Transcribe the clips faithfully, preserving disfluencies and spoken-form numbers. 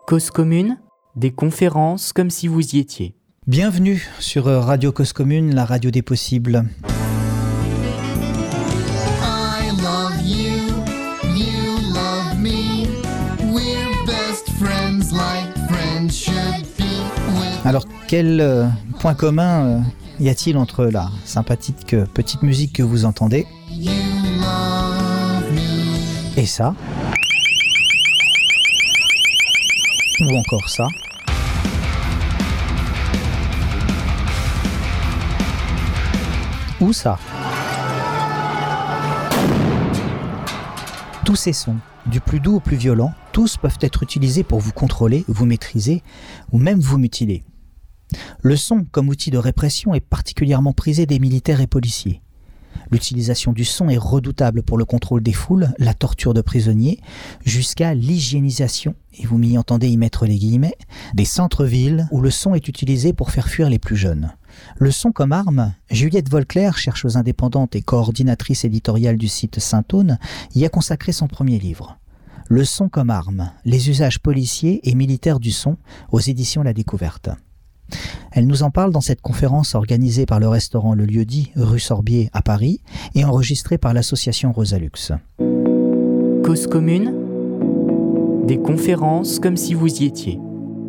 Cause commune, des conférences comme si vous y étiez. Bienvenue sur Radio Cause commune, la radio des possibles. I love you, you love me. We're best friends like friends should be. Alors, quel euh, point commun euh, y a-t-il entre la sympathique euh, petite musique que vous entendez You love me. et ça? Ou encore ça? Ou ça? Tous ces sons, du plus doux au plus violent, tous peuvent être utilisés pour vous contrôler, vous maîtriser ou même vous mutiler. Le son, comme outil de répression, est particulièrement prisé des militaires et policiers. L'utilisation du son est redoutable pour le contrôle des foules, la torture de prisonniers, jusqu'à l'hygiénisation, et vous m'y entendez y mettre les guillemets, des centres-villes où le son est utilisé pour faire fuir les plus jeunes. Le son comme arme, Juliette Volclair, chercheuse indépendante et coordinatrice éditoriale du site Saint-Aune, y a consacré son premier livre. Le son comme arme, les usages policiers et militaires du son, aux éditions La Découverte. Elle nous en parle dans cette conférence organisée par le restaurant Le Lieu-dit, rue Sorbier à Paris, et enregistrée par l'association Rosalux. Cause commune, des conférences comme si vous y étiez.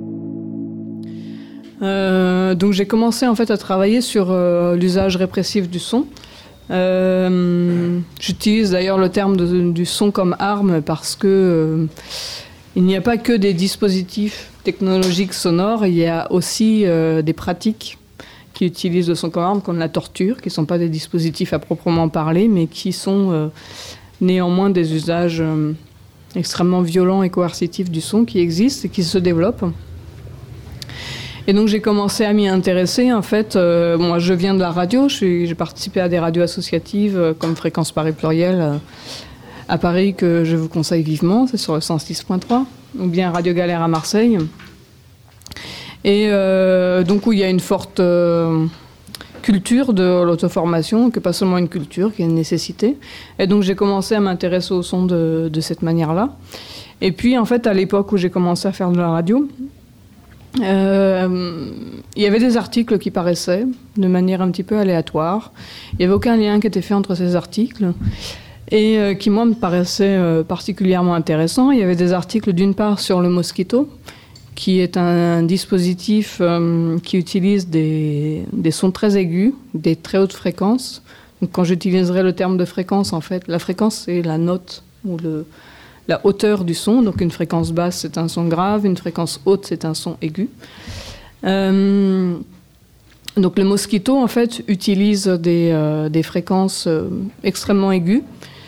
Euh, donc j'ai commencé en fait à travailler sur euh, l'usage répressif du son. Euh, j'utilise d'ailleurs le terme de, du son comme arme parce que euh, il n'y a pas que des dispositifs technologiques sonores, il y a aussi euh, des pratiques qui utilisent le son comme arme, comme la torture, qui ne sont pas des dispositifs à proprement parler, mais qui sont euh, néanmoins des usages euh, extrêmement violents et coercitifs du son qui existent et qui se développent. Et donc j'ai commencé à m'y intéresser. En fait, euh, moi je viens de la radio, je suis, j'ai participé à des radios associatives euh, comme Fréquence Paris Pluriel euh, à Paris que je vous conseille vivement, c'est sur le cent six point trois, ou bien Radio Galère à Marseille. Et euh, donc où il y a une forte euh, culture de l'auto-formation, que pas seulement une culture, qui est une nécessité. Et donc j'ai commencé à m'intéresser au son de, de cette manière-là. Et puis en fait, à l'époque où j'ai commencé à faire de la radio, Euh, il y avait des articles qui paraissaient de manière un petit peu aléatoire. Il n'y avait aucun lien qui était fait entre ces articles et euh, qui, moi, me paraissaient euh, particulièrement intéressants. Il y avait des articles, d'une part, sur le Mosquito, qui est un, un dispositif euh, qui utilise des, des sons très aigus, des très hautes fréquences. Donc, quand j'utiliserai le terme de fréquence, en fait, la fréquence, c'est la note ou le... la hauteur du son, donc une fréquence basse, c'est un son grave, une fréquence haute, c'est un son aigu. Euh, donc le Mosquito, en fait, utilise des, euh, des fréquences euh, extrêmement aiguës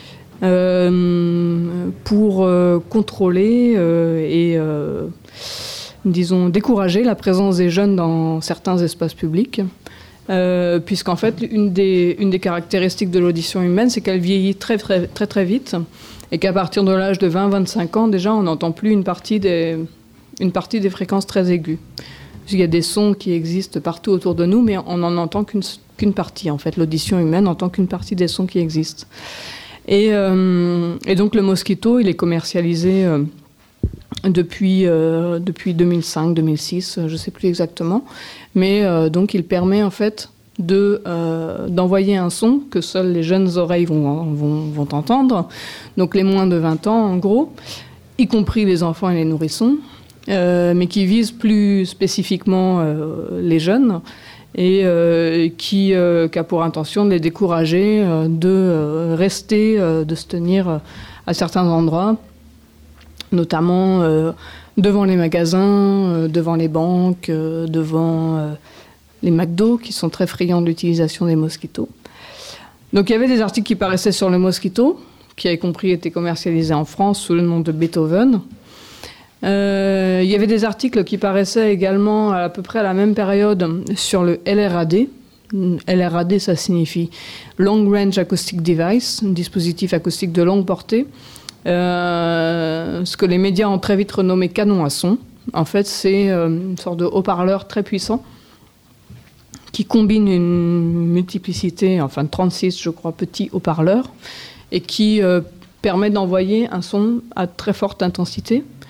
euh, pour euh, contrôler euh, et, euh, disons, décourager la présence des jeunes dans certains espaces publics. Euh, puisqu'en fait, une des, une des caractéristiques de l'audition humaine, c'est qu'elle vieillit très, très, très, très vite. Et qu'à partir de l'âge de vingt à vingt-cinq ans, déjà, on n'entend plus une partie des, une partie des fréquences très aiguës. Il y a des sons qui existent partout autour de nous, mais on n'en entend qu'une, qu'une partie, en fait. L'audition humaine n'entend qu'une partie des sons qui existent. Et, euh, et donc, le Mosquito, il est commercialisé euh, depuis, euh, depuis deux mille cinq, deux mille six, je ne sais plus exactement. Mais euh, donc, il permet, en fait, De, euh, d'envoyer un son que seules les jeunes oreilles vont, vont, vont entendre, donc les moins de vingt ans en gros, y compris les enfants et les nourrissons, euh, mais qui vise plus spécifiquement euh, les jeunes et euh, qui, euh, qui a pour intention de les décourager euh, de euh, rester, euh, de se tenir euh, à certains endroits, notamment euh, devant les magasins, euh, devant les banques, euh, devant... Euh, les McDo, qui sont très friands de l'utilisation des mosquitos. Donc il y avait des articles qui paraissaient sur le Mosquito, qui avait compris été commercialisé en France sous le nom de Beethoven. Euh, il y avait des articles qui paraissaient également à, à peu près à la même période sur le L R A D. L R A D, ça signifie Long Range Acoustic Device, un dispositif acoustique de longue portée, euh, ce que les médias ont très vite renommé canon à son. En fait, c'est euh, une sorte de haut-parleur très puissant qui combine une multiplicité, enfin trente-six, je crois, petits haut-parleurs, et qui euh, permet d'envoyer un son à très forte intensité,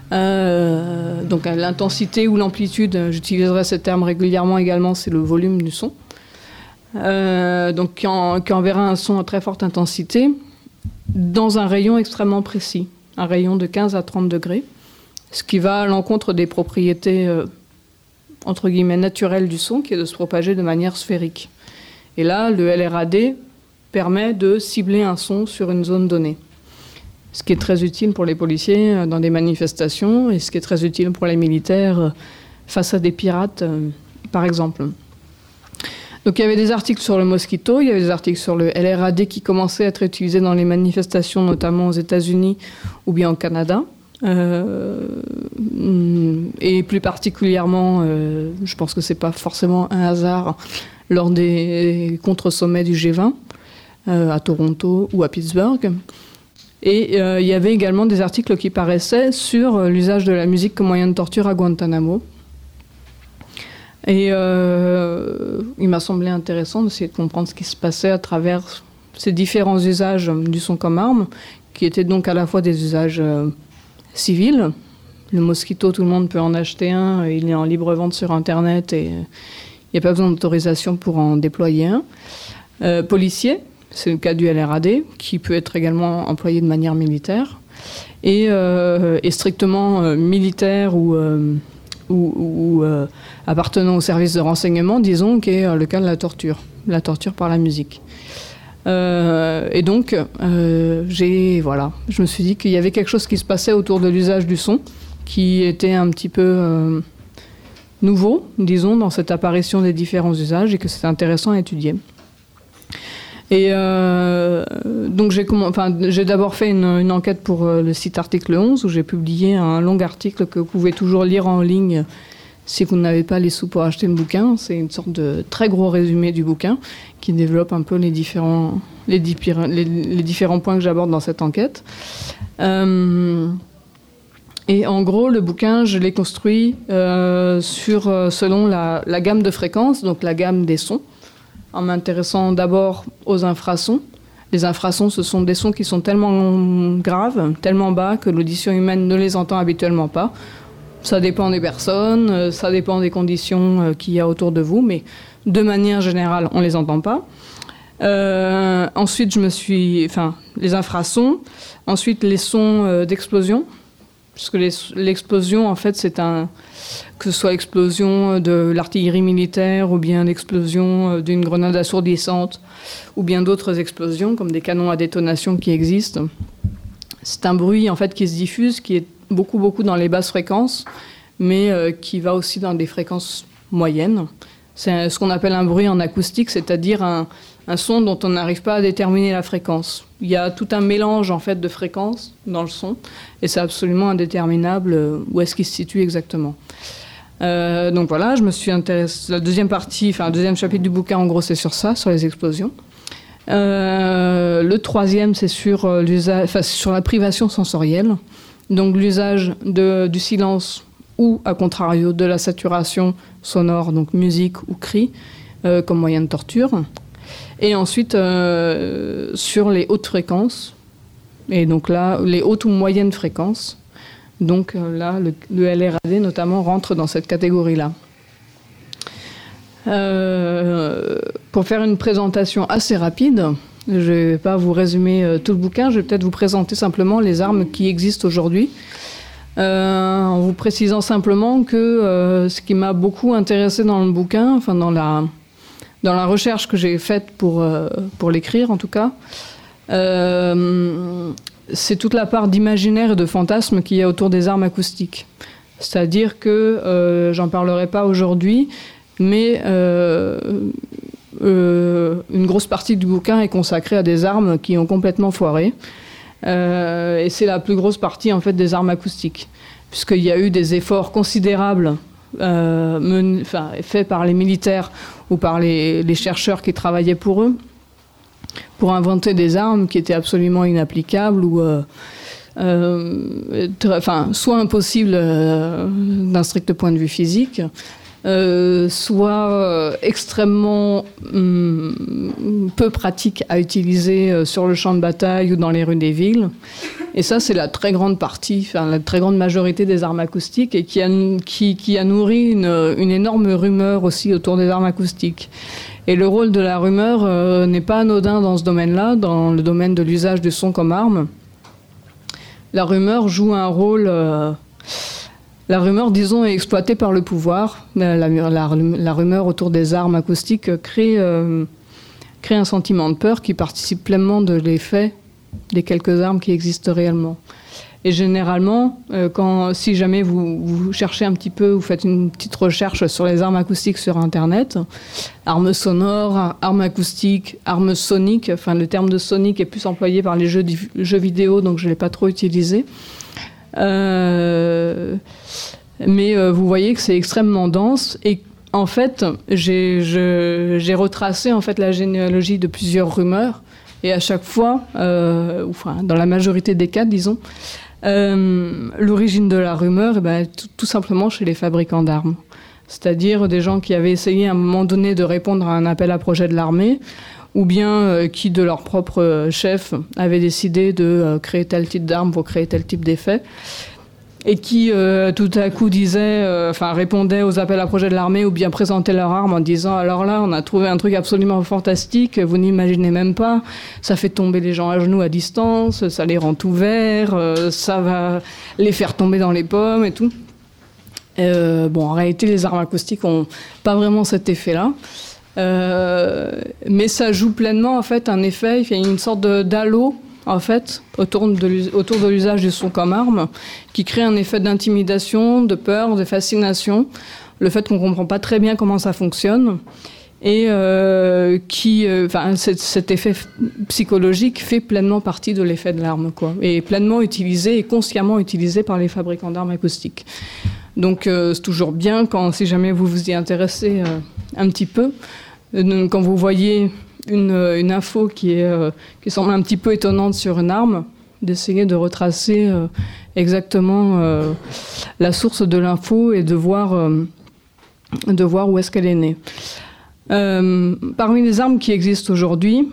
Euh, donc l'intensité ou l'amplitude, j'utiliserai ce terme régulièrement également, c'est le volume du son. Euh, donc qui, en, qui enverra un son à très forte intensité dans un rayon extrêmement précis, un rayon de quinze à trente degrés, ce qui va à l'encontre des propriétés euh, entre guillemets naturelles du son, qui est de se propager de manière sphérique. Et là, le L R A D permet de cibler un son sur une zone donnée, ce qui est très utile pour les policiers dans des manifestations et ce qui est très utile pour les militaires face à des pirates, euh, par exemple. Donc il y avait des articles sur le mosquito, il y avait des articles sur le L R A D qui commençaient à être utilisés dans les manifestations, notamment aux États-Unis ou bien au Canada. Euh, et plus particulièrement, euh, je pense que c'est pas forcément un hasard, lors des contre-sommets du G vingt, euh, à Toronto ou à Pittsburgh. Et euh, il y avait également des articles qui paraissaient sur l'usage de la musique comme moyen de torture à Guantanamo. Et euh, il m'a semblé intéressant d'essayer de comprendre ce qui se passait à travers ces différents usages du son comme arme, qui étaient donc à la fois des usages euh, civils. Le mosquito, tout le monde peut en acheter un, il est en libre vente sur Internet et il n'y a pas besoin d'autorisation pour en déployer un. Euh, policier, c'est le cas du L R A D, qui peut être également employé de manière militaire. Et, euh, et strictement euh, militaire ou... Euh, ou, ou euh, appartenant au service de renseignement, disons, qui est euh, le cas de la torture, la torture par la musique. Euh, et donc, euh, j'ai, voilà, je me suis dit qu'il y avait quelque chose qui se passait autour de l'usage du son, qui était un petit peu euh, nouveau, disons, dans cette apparition des différents usages, et que c'était intéressant à étudier. Et euh, donc j'ai, enfin, j'ai d'abord fait une, une enquête pour euh, le site Article onze, où j'ai publié un long article que vous pouvez toujours lire en ligne si vous n'avez pas les sous pour acheter le bouquin. C'est une sorte de très gros résumé du bouquin qui développe un peu les différents, les, les, les différents points que j'aborde dans cette enquête. Euh, et en gros, le bouquin, je l'ai construit euh, sur, euh, selon la, la gamme de fréquences, donc la gamme des sons, en m'intéressant d'abord aux infrasons. Les infrasons, ce sont des sons qui sont tellement graves, tellement bas, que l'audition humaine ne les entend habituellement pas. Ça dépend des personnes, ça dépend des conditions qu'il y a autour de vous, mais de manière générale, on ne les entend pas. Euh, ensuite, je me suis... Enfin, les infrasons. Ensuite, les sons euh, d'explosion. Parce que les, l'explosion, en fait, c'est un... Que ce soit l'explosion de l'artillerie militaire ou bien l'explosion d'une grenade assourdissante ou bien d'autres explosions, comme des canons à détonation qui existent. C'est un bruit, en fait, qui se diffuse, qui est beaucoup, beaucoup dans les basses fréquences, mais euh, qui va aussi dans des fréquences moyennes. C'est ce qu'on appelle un bruit en acoustique, c'est-à-dire un, un son dont on n'arrive pas à déterminer la fréquence. Il y a tout un mélange, en fait, de fréquences dans le son, et c'est absolument indéterminable euh, où est-ce qu'il se situe exactement. Euh, donc voilà, je me suis intéressée... La deuxième partie, enfin, le deuxième chapitre du bouquin, en gros, c'est sur ça, sur les explosions. Euh, le troisième, c'est sur, euh, l'usage, enfin, sur la privation sensorielle. Donc l'usage de, du silence ou, à contrario, de la saturation sonore, donc musique ou cri, euh, comme moyen de torture. Et ensuite, euh, sur les hautes fréquences, et donc là, les hautes ou moyennes fréquences. Donc euh, là, le, le L R A D, notamment, rentre dans cette catégorie-là. Euh, pour faire une présentation assez rapide, je ne vais pas vous résumer euh, tout le bouquin, je vais peut-être vous présenter simplement les armes qui existent aujourd'hui, euh, en vous précisant simplement que euh, ce qui m'a beaucoup intéressé dans le bouquin, enfin dans la, dans la recherche que j'ai faite pour, euh, pour l'écrire en tout cas, euh, c'est toute la part d'imaginaire et de fantasme qu'il y a autour des armes acoustiques. C'est-à-dire que, euh, j'en parlerai pas aujourd'hui, mais euh, euh, une grosse partie du bouquin est consacrée à des armes qui ont complètement foiré. Euh, et c'est la plus grosse partie en fait des armes acoustiques, puisqu'il y a eu des efforts considérables euh, men- enfin, faits par les militaires ou par les, les chercheurs qui travaillaient pour eux, pour inventer des armes qui étaient absolument inapplicables ou euh, euh, très, enfin, soit impossibles euh, d'un strict point de vue physique, Euh, soit euh, extrêmement hum, peu pratique à utiliser euh, sur le champ de bataille ou dans les rues des villes, Et ça, c'est la très grande partie, enfin, la très grande majorité des armes acoustiques et qui a, qui, qui a nourri une, une énorme rumeur aussi autour des armes acoustiques. Et le rôle de la rumeur euh, n'est pas anodin dans ce domaine-là, dans le domaine de l'usage du son comme arme. La rumeur joue un rôle... Euh, la rumeur, disons, est exploitée par le pouvoir. La, la, la, la rumeur autour des armes acoustiques crée, euh, crée un sentiment de peur qui participe pleinement de l'effet des quelques armes qui existent réellement. Et généralement, euh, quand, si jamais vous, vous cherchez un petit peu, vous faites une petite recherche sur les armes acoustiques sur Internet, armes sonores, armes acoustiques, armes soniques, enfin le terme de sonique est plus employé par les jeux, jeux vidéo, donc je ne l'ai pas trop utilisé. Euh, mais euh, vous voyez que c'est extrêmement dense et en fait, j'ai, je, j'ai retracé en fait la généalogie de plusieurs rumeurs. Et à chaque fois, euh, enfin, dans la majorité des cas, disons, euh, l'origine de la rumeur, eh ben, tout, tout simplement chez les fabricants d'armes. C'est-à-dire des gens qui avaient essayé à un moment donné de répondre à un appel à projet de l'armée, ou bien euh, qui, de leur propre euh, chef, avaient décidé de euh, créer tel type d'arme pour créer tel type d'effet, et qui euh, tout à coup disaient, euh, enfin répondaient aux appels à projets de l'armée ou bien présentaient leur arme en disant alors là on a trouvé un truc absolument fantastique, vous n'imaginez même pas, ça fait tomber les gens à genoux à distance, ça les rend tout verts, euh, ça va les faire tomber dans les pommes et tout. Euh, bon, en réalité les armes acoustiques n'ont pas vraiment cet effet-là. Euh, mais ça joue pleinement en fait un effet, il y a une sorte de, d'halo en fait, autour de, autour de l'usage du son comme arme, qui crée un effet d'intimidation, de peur, de fascination, le fait qu'on ne comprend pas très bien comment ça fonctionne, et euh, qui, enfin, euh, cet, cet effet psychologique fait pleinement partie de l'effet de l'arme, quoi, et pleinement utilisé et consciemment utilisé par les fabricants d'armes acoustiques. Donc euh, c'est toujours bien, quand, si jamais vous vous y intéressez euh, un petit peu, euh, quand vous voyez... Une, une info qui, est, euh, qui semble un petit peu étonnante sur une arme, d'essayer de retracer euh, exactement euh, la source de l'info et de voir, euh, de voir où est-ce qu'elle est née. Euh, parmi les armes qui existent aujourd'hui,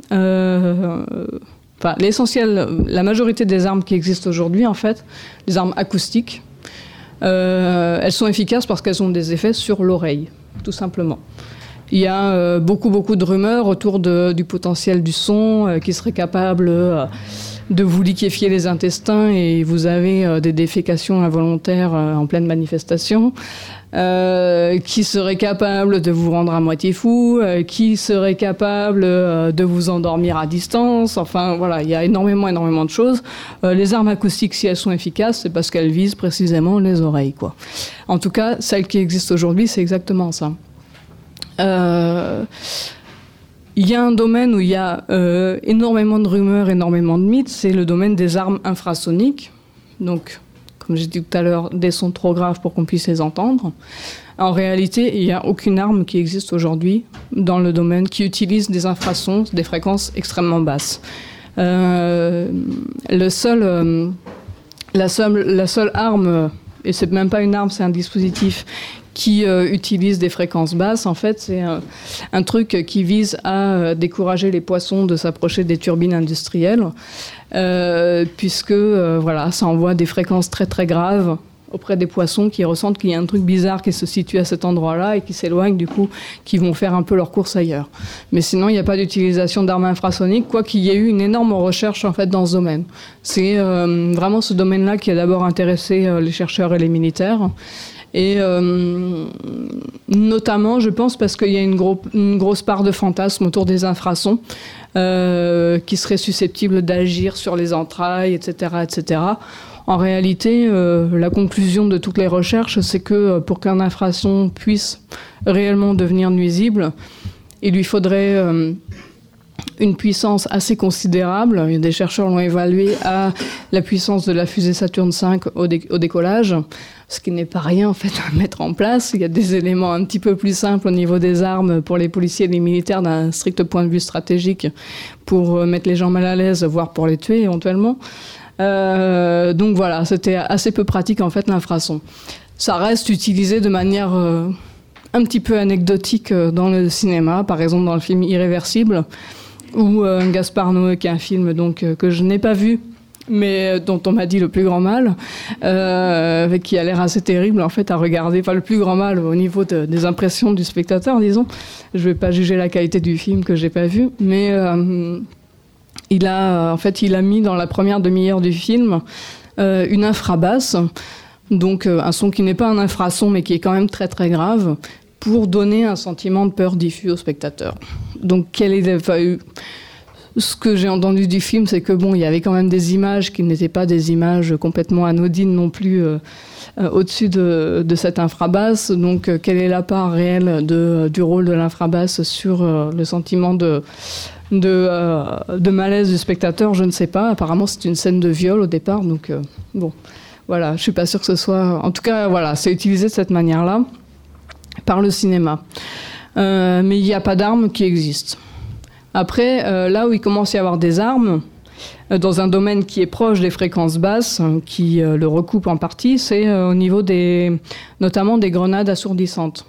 euh, enfin, l'essentiel, la majorité des armes qui existent aujourd'hui, en fait, les armes acoustiques, euh, elles sont efficaces parce qu'elles ont des effets sur l'oreille, tout simplement. Il y a euh, beaucoup, beaucoup de rumeurs autour de, du potentiel du son euh, qui serait capable euh, de vous liquéfier les intestins et vous avez euh, des défécations involontaires euh, en pleine manifestation, euh, qui serait capable de vous rendre à moitié fou, euh, qui serait capable euh, de vous endormir à distance. Enfin, voilà, il y a énormément, énormément de choses. Euh, les armes acoustiques, si elles sont efficaces, c'est parce qu'elles visent précisément les oreilles, quoi. En tout cas, celles qui existent aujourd'hui, c'est exactement ça. Euh, il y a un domaine où il y a euh, énormément de rumeurs, énormément de mythes, c'est le domaine des armes infrasoniques. Donc, comme j'ai dit tout à l'heure, des sons trop graves pour qu'on puisse les entendre. En réalité, il n'y a aucune arme qui existe aujourd'hui dans le domaine qui utilise des infrasons, des fréquences extrêmement basses. Euh, le seul, euh, la, seule, la seule arme, et c'est même pas une arme, c'est un dispositif qui euh, utilise des fréquences basses, en fait, c'est un, un truc qui vise à euh, décourager les poissons de s'approcher des turbines industrielles, euh, puisque euh, voilà, ça envoie des fréquences très très graves auprès des poissons qui ressentent qu'il y a un truc bizarre qui se situe à cet endroit-là et qui s'éloignent, du coup, qui vont faire un peu leur course ailleurs. Mais sinon, il n'y a pas d'utilisation d'armes infrasoniques, quoi qu'il y ait eu une énorme recherche en fait dans ce domaine. C'est euh, vraiment ce domaine-là qui a d'abord intéressé euh, les chercheurs et les militaires. Et euh, notamment, je pense, parce qu'il y a une, gros, une grosse part de fantasme autour des infrasons euh, qui seraient susceptibles d'agir sur les entrailles, et cetera, et cetera. En réalité, euh, la conclusion de toutes les recherches, c'est que pour qu'un infrason puisse réellement devenir nuisible, il lui faudrait euh, une puissance assez considérable. Il y a des chercheurs l'ont évalué à la puissance de la fusée Saturne cinq au, dé- au décollage, ce qui n'est pas rien en fait à mettre en place. Il y a des éléments un petit peu plus simples au niveau des armes pour les policiers et les militaires d'un strict point de vue stratégique pour mettre les gens mal à l'aise, voire pour les tuer éventuellement. Euh, donc voilà, c'était assez peu pratique en fait l'infrason. Ça reste utilisé de manière euh, un petit peu anecdotique euh, dans le cinéma, par exemple dans le film Irréversible, où euh, Gaspard Noé, qui est un film donc, euh, que je n'ai pas vu, mais dont on m'a dit le plus grand mal, euh, qui a l'air assez terrible en fait à regarder, enfin le plus grand mal au niveau de, des impressions du spectateur, disons. Je vais pas juger la qualité du film que j'ai pas vu, mais euh, il a en fait il a mis dans la première demi-heure du film euh, une infrabasse, donc euh, un son qui n'est pas un infrason mais qui est quand même très très grave, pour donner un sentiment de peur diffus au spectateur. Donc quel est enfin, ce que j'ai entendu du film, c'est que bon, il y avait quand même des images qui n'étaient pas des images complètement anodines non plus euh, euh, au-dessus de, de cette infrabasse. Donc, euh, quelle est la part réelle de, du rôle de l'infrabasse sur euh, le sentiment de, de, euh, de malaise du spectateur, je ne sais pas. Apparemment, c'est une scène de viol au départ, donc euh, bon, voilà, je suis pas sûre que ce soit... En tout cas, voilà, c'est utilisé de cette manière-là par le cinéma. Euh, mais il n'y a pas d'armes qui existent. Après, euh, là où il commence à y avoir des armes, euh, dans un domaine qui est proche des fréquences basses, euh, qui euh, le recoupe en partie, c'est euh, au niveau des, notamment des grenades assourdissantes.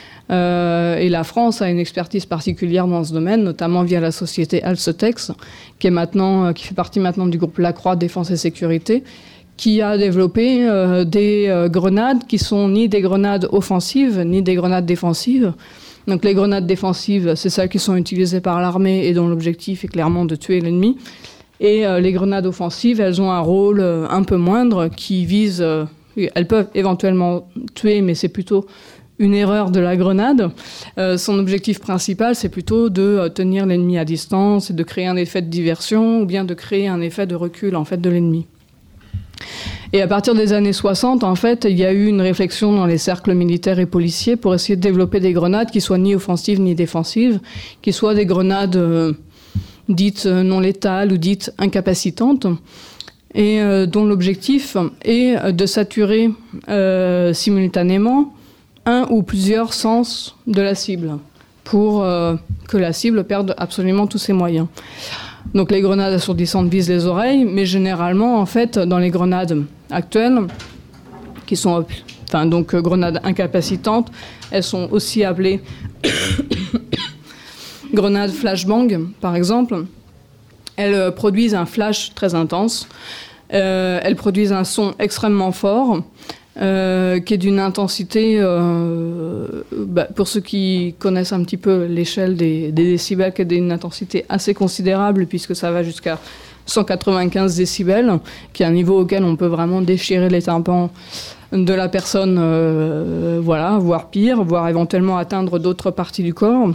Euh, et la France a une expertise particulière dans ce domaine, notamment via la société Alcetex, qui, est maintenant, euh, qui fait partie maintenant du groupe Lacroix Défense et Sécurité, qui a développé euh, des euh, grenades qui sont ni des grenades offensives, ni des grenades défensives. Donc les grenades défensives, c'est celles qui sont utilisées par l'armée et dont l'objectif est clairement de tuer l'ennemi. Et euh, les grenades offensives, elles ont un rôle euh, un peu moindre qui vise... Euh, elles peuvent éventuellement tuer, mais c'est plutôt une erreur de la grenade. Euh, son objectif principal, c'est plutôt de euh, tenir l'ennemi à distance et de créer un effet de diversion ou bien de créer un effet de recul en fait, de l'ennemi. Et à partir des années soixante, en fait, il y a eu une réflexion dans les cercles militaires et policiers pour essayer de développer des grenades qui soient ni offensives ni défensives, qui soient des grenades euh, dites non létales ou dites incapacitantes, et euh, dont l'objectif est de saturer euh, simultanément un ou plusieurs sens de la cible, pour euh, que la cible perde absolument tous ses moyens. Donc les grenades assourdissantes visent les oreilles, mais généralement, en fait, dans les grenades actuelles, qui sont enfin, donc, euh, grenades incapacitantes, elles sont aussi appelées grenades flashbang, par exemple. Elles euh, produisent un flash très intense. Euh, elles produisent un son extrêmement fort, Euh, qui est d'une intensité, euh, bah, pour ceux qui connaissent un petit peu l'échelle des, des décibels, qui est d'une intensité assez considérable, puisque ça va jusqu'à cent quatre-vingt-quinze décibels, qui est un niveau auquel on peut vraiment déchirer les tympans de la personne, euh, voilà, voire pire, voire éventuellement atteindre d'autres parties du corps.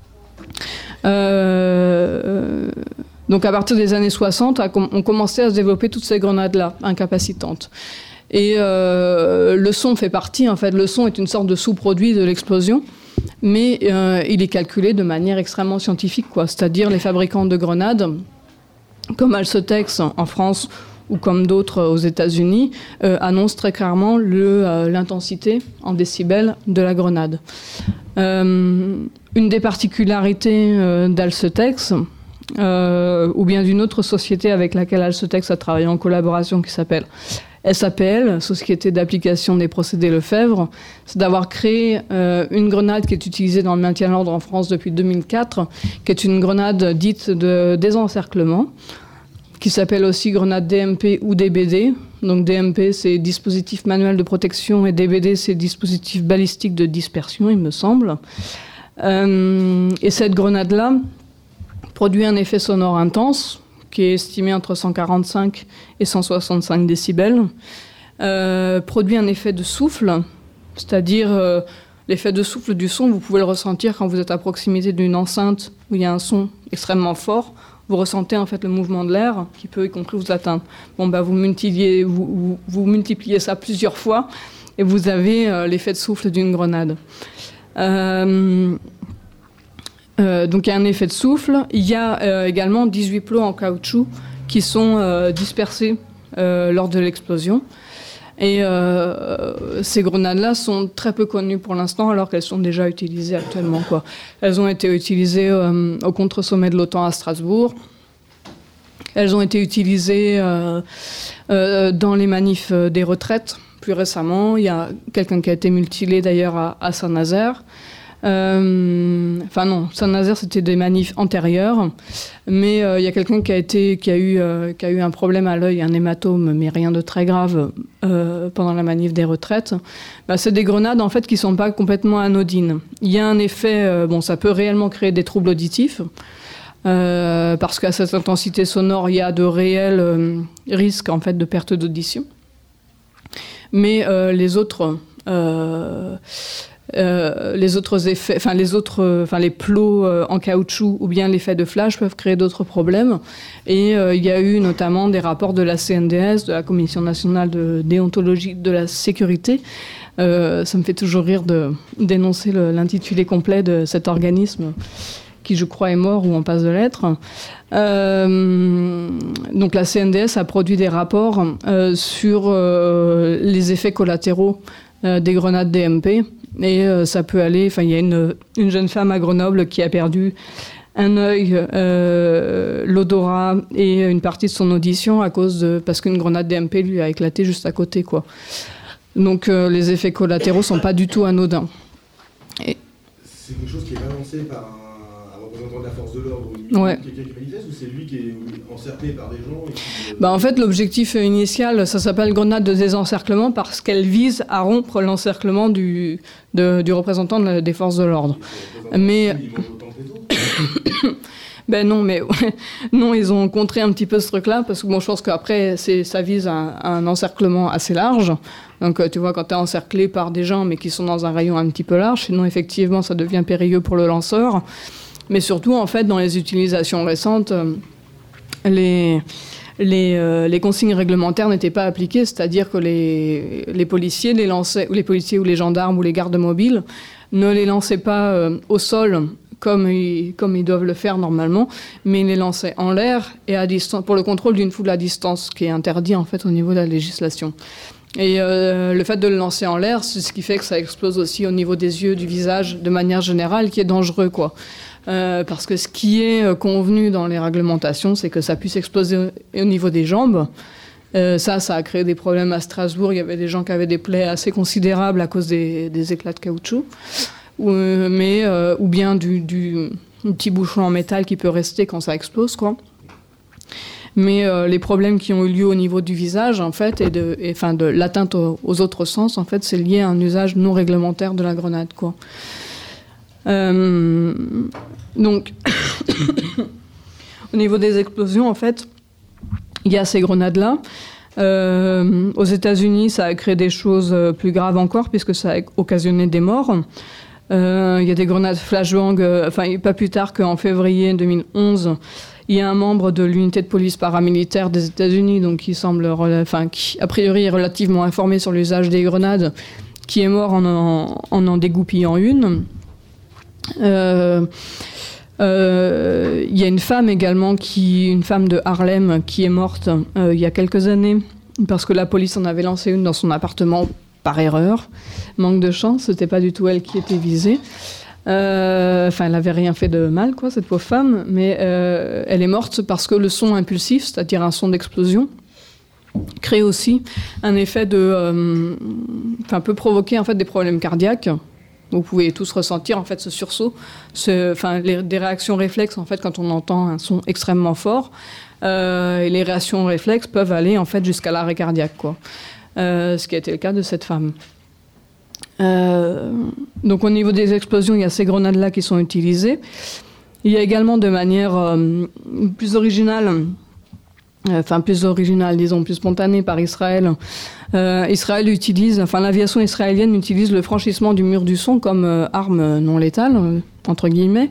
Euh, donc à partir des années soixante, on commençait à se développer toutes ces grenades-là, incapacitantes. Et euh, le son fait partie, en fait, le son est une sorte de sous-produit de l'explosion, mais euh, il est calculé de manière extrêmement scientifique, quoi. C'est-à-dire les fabricants de grenades, comme Alcetex en France ou comme d'autres aux États-Unis, euh, annoncent très clairement le, euh, l'intensité en décibels de la grenade. Euh, une des particularités euh, d'Alcetex, euh, ou bien d'une autre société avec laquelle Alcetex a travaillé en collaboration, qui s'appelle S A P L, Société d'application des procédés Lefebvre, c'est d'avoir créé euh, une grenade qui est utilisée dans le maintien de l'ordre en France depuis deux mille quatre, qui est une grenade dite de désencerclement, qui s'appelle aussi grenade D M P ou D B D. Donc D M P, c'est dispositif manuel de protection, et D B D, c'est dispositif balistique de dispersion, il me semble. Euh, et cette grenade-là produit un effet sonore intense, qui est estimé entre cent quarante-cinq et cent soixante-cinq décibels, euh, produit un effet de souffle, c'est-à-dire euh, l'effet de souffle du son, vous pouvez le ressentir quand vous êtes à proximité d'une enceinte où il y a un son extrêmement fort. Vous ressentez en fait le mouvement de l'air qui peut y compris vous atteindre. Bon, bah, vous, multipliez, vous, vous, vous multipliez ça plusieurs fois et vous avez euh, l'effet de souffle d'une grenade. Euh, Euh, donc il y a un effet de souffle. Il y a euh, également dix-huit plots en caoutchouc qui sont euh, dispersés euh, lors de l'explosion. Et euh, ces grenades-là sont très peu connues pour l'instant, alors qu'elles sont déjà utilisées actuellement, quoi. Elles ont été utilisées euh, au contre-sommet de l'OTAN à Strasbourg. Elles ont été utilisées euh, euh, dans les manifs des retraites plus récemment. Il y a quelqu'un qui a été mutilé d'ailleurs à, à Saint-Nazaire. Euh, Enfin non, Saint-Nazaire c'était des manifs antérieurs, mais il euh, y a quelqu'un qui a été, qui a eu, euh, qui a eu un problème à l'œil, un hématome, mais rien de très grave euh, pendant la manif des retraites. Bah, c'est des grenades en fait qui sont pas complètement anodines. Il y a un effet, euh, bon, ça peut réellement créer des troubles auditifs. Euh, parce qu'à cette intensité sonore, il y a de réels euh, risques en fait de perte d'audition. Mais euh, les autres, euh, euh, les autres effets, enfin les autres, enfin les plots euh, en caoutchouc ou bien l'effet de flash peuvent créer d'autres problèmes. Et euh, il y a eu notamment des rapports de la C N D S, de la Commission nationale de déontologie de la sécurité. Euh, ça me fait toujours rire de dénoncer le, l'intitulé complet de cet organisme, qui je crois est mort ou en passe de l'être. Euh, donc la C N D S a produit des rapports euh, sur euh, les effets collatéraux euh, des grenades D M P. Et euh, ça peut aller... Enfin, il y a une, une jeune femme à Grenoble qui a perdu un œil, euh, l'odorat et une partie de son audition à cause de... parce qu'une grenade D M P lui a éclaté juste à côté, quoi. Donc euh, les effets collatéraux sont pas du tout anodins. Et... C'est quelque chose qui est balancé par un... représentant de la force de l'ordre ou ouais. quelqu'un qui manifeste, ou c'est lui qui est encerclé par des gens et qui... bah En fait, l'objectif initial, ça s'appelle grenade de désencerclement parce qu'elle vise à rompre l'encerclement du, de, du représentant de la, des forces de l'ordre. Mais... ben non, mais ouais. non, ils ont contré un petit peu ce truc-là parce que bon, je pense qu'après, c'est, ça vise un, un encerclement assez large. Donc, tu vois, quand tu es encerclé par des gens mais qui sont dans un rayon un petit peu large, sinon effectivement, ça devient périlleux pour le lanceur. Mais surtout, en fait, dans les utilisations récentes, euh, les, les, euh, les consignes réglementaires n'étaient pas appliquées, c'est-à-dire que les, les policiers, les lançaient, ou les policiers ou les gendarmes ou les gardes mobiles ne les lançaient pas euh, au sol comme ils, comme ils doivent le faire normalement, mais ils les lançaient en l'air et à distance, pour le contrôle d'une foule à distance, qui est interdit en fait au niveau de la législation. Et euh, le fait de le lancer en l'air, c'est ce qui fait que ça explose aussi au niveau des yeux, du visage, de manière générale, qui est dangereux, quoi. Euh, parce que ce qui est euh, convenu dans les réglementations, c'est que ça puisse exploser au, au niveau des jambes. Euh, ça, ça a créé des problèmes à Strasbourg. Il y avait des gens qui avaient des plaies assez considérables à cause des, des éclats de caoutchouc. Ou, euh, mais, euh, ou bien du, du un petit bouchon en métal qui peut rester quand ça explose, quoi. Mais euh, les problèmes qui ont eu lieu au niveau du visage, en fait, et de, et, enfin, de l'atteinte aux, aux autres sens, en fait, c'est lié à un usage non réglementaire de la grenade, quoi. Euh, donc, au niveau des explosions, en fait, il y a ces grenades-là. Euh, aux États-Unis, ça a créé des choses plus graves encore, puisque ça a occasionné des morts. Euh, il y a des grenades flashbang, euh, enfin, pas plus tard qu'en février deux mille onze, il y a un membre de l'unité de police paramilitaire des États-Unis, donc qui semble, enfin, qui a priori est relativement informé sur l'usage des grenades, qui est mort en en, en, en dégoupillant une. Euh, euh, il y a une femme également, qui, une femme de Harlem, qui est morte euh, il y a quelques années parce que la police en avait lancé une dans son appartement par erreur. Manque de chance, c'était pas du tout elle qui était visée. Euh, enfin, elle avait rien fait de mal, quoi, cette pauvre femme, mais euh, elle est morte parce que le son impulsif, c'est-à-dire un son d'explosion, crée aussi un effet de, euh, enfin, peut provoquer en fait des problèmes cardiaques. Vous pouvez tous ressentir en fait ce sursaut, ce, enfin, les, des réactions réflexes en fait quand on entend un son extrêmement fort. Euh, et les réactions réflexes peuvent aller en fait jusqu'à l'arrêt cardiaque, quoi. Euh, ce qui a été le cas de cette femme. Euh, donc au niveau des explosions, il y a ces grenades-là qui sont utilisées. Il y a également de manière euh, plus originale, euh, enfin plus originale, disons plus spontanée par Israël. Euh, Israël utilise, enfin l'aviation israélienne utilise le franchissement du mur du son comme euh, arme non létale, euh, entre guillemets.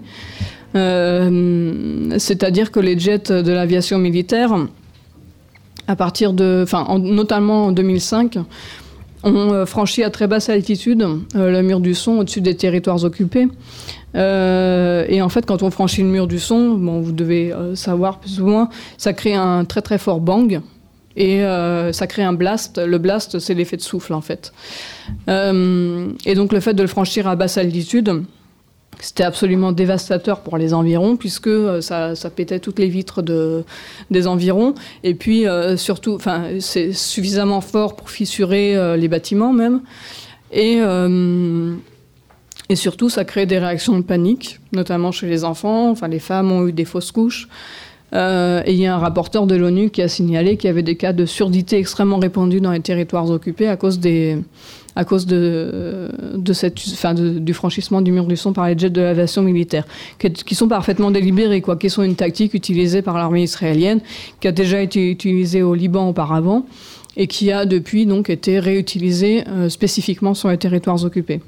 Euh, c'est-à-dire que les jets de l'aviation militaire, à partir de, enfin en, notamment en deux mille cinq, ont euh, franchi à très basse altitude euh, le mur du son au-dessus des territoires occupés. Euh, et en fait, quand on franchit le mur du son, bon, vous devez euh, savoir plus ou moins, ça crée un très très fort bang. Et euh, ça crée un blast. Le blast, c'est l'effet de souffle, en fait. Euh, et donc, le fait de le franchir à basse altitude, c'était absolument dévastateur pour les environs, puisque euh, ça, ça pétait toutes les vitres de, des environs. Et puis, euh, surtout, c'est suffisamment fort pour fissurer euh, les bâtiments, même. Et, euh, Et surtout, ça crée des réactions de panique, notamment chez les enfants. Enfin, les femmes ont eu des fausses couches. Euh, et il y a un rapporteur de l'ONU qui a signalé qu'il y avait des cas de surdité extrêmement répandus dans les territoires occupés à cause des, à cause de, de cette, enfin de, du franchissement du mur du son par les jets de l'aviation militaire, qui, qui sont parfaitement délibérés, quoi, qui sont une tactique utilisée par l'armée israélienne, qui a déjà été utilisée au Liban auparavant et qui a depuis donc été réutilisée euh, spécifiquement sur les territoires occupés.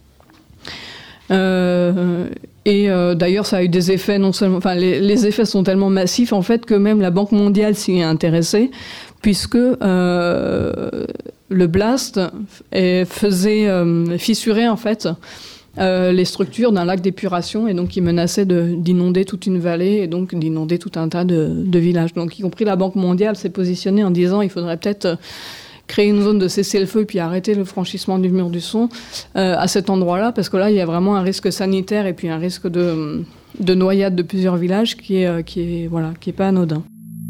Euh, et euh, d'ailleurs, ça a eu des effets non seulement, enfin, les, les effets sont tellement massifs en fait que même la Banque mondiale s'y est intéressée, puisque euh, le blast est, faisait euh, fissurer en fait euh, les structures d'un lac d'épuration et donc qui menaçait de, d'inonder toute une vallée et donc d'inonder tout un tas de, de villages. Donc, y compris la Banque mondiale s'est positionnée en disant il faudrait peut-être créer une zone de cessez-le-feu puis arrêter le franchissement du mur du son euh, à cet endroit-là, parce que là, il y a vraiment un risque sanitaire et puis un risque de, de noyade de plusieurs villages qui est, qui est, voilà, qui est pas anodin.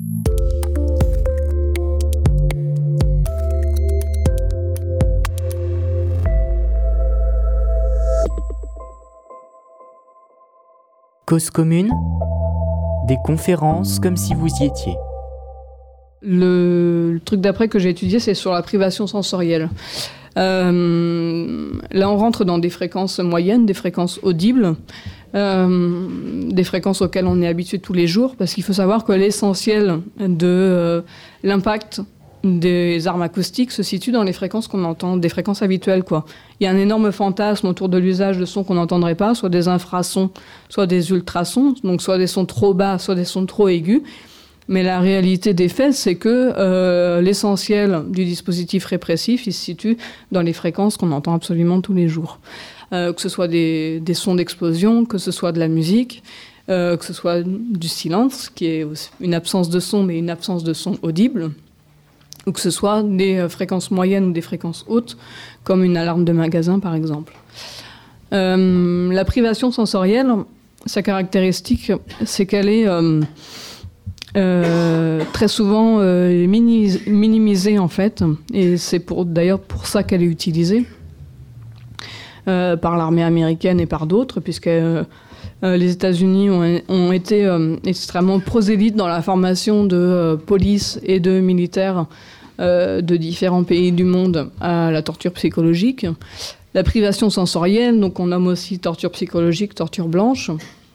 Cause commune, des conférences comme si vous y étiez. Le, le truc d'après que j'ai étudié, c'est sur la privation sensorielle. Euh, là, on rentre dans des fréquences moyennes, des fréquences audibles, euh, des fréquences auxquelles on est habitué tous les jours, parce qu'il faut savoir que l'essentiel de euh, l'impact des armes acoustiques se situe dans les fréquences qu'on entend, des fréquences habituelles, quoi. Il y a un énorme fantasme autour de l'usage de sons qu'on n'entendrait pas, soit des infrasons, soit des ultrasons, donc soit des sons trop bas, soit des sons trop aigus. Mais la réalité des faits, c'est que euh, l'essentiel du dispositif répressif, il se situe dans les fréquences qu'on entend absolument tous les jours. Euh, que ce soit des, des sons d'explosion, que ce soit de la musique, euh, que ce soit du silence, qui est une absence de son, mais une absence de son audible, ou que ce soit des fréquences moyennes ou des fréquences hautes, comme une alarme de magasin, par exemple. Euh, la privation sensorielle, sa caractéristique, c'est qu'elle est... Euh, Euh, très souvent euh, minimis- minimisée en fait, et c'est pour, d'ailleurs pour ça qu'elle est utilisée euh, par l'armée américaine et par d'autres, puisque euh, les États-Unis ont, ont été euh, extrêmement prosélytes dans la formation de euh, police et de militaires euh, de différents pays du monde à la torture psychologique. La privation sensorielle, donc on nomme aussi torture psychologique, torture blanche,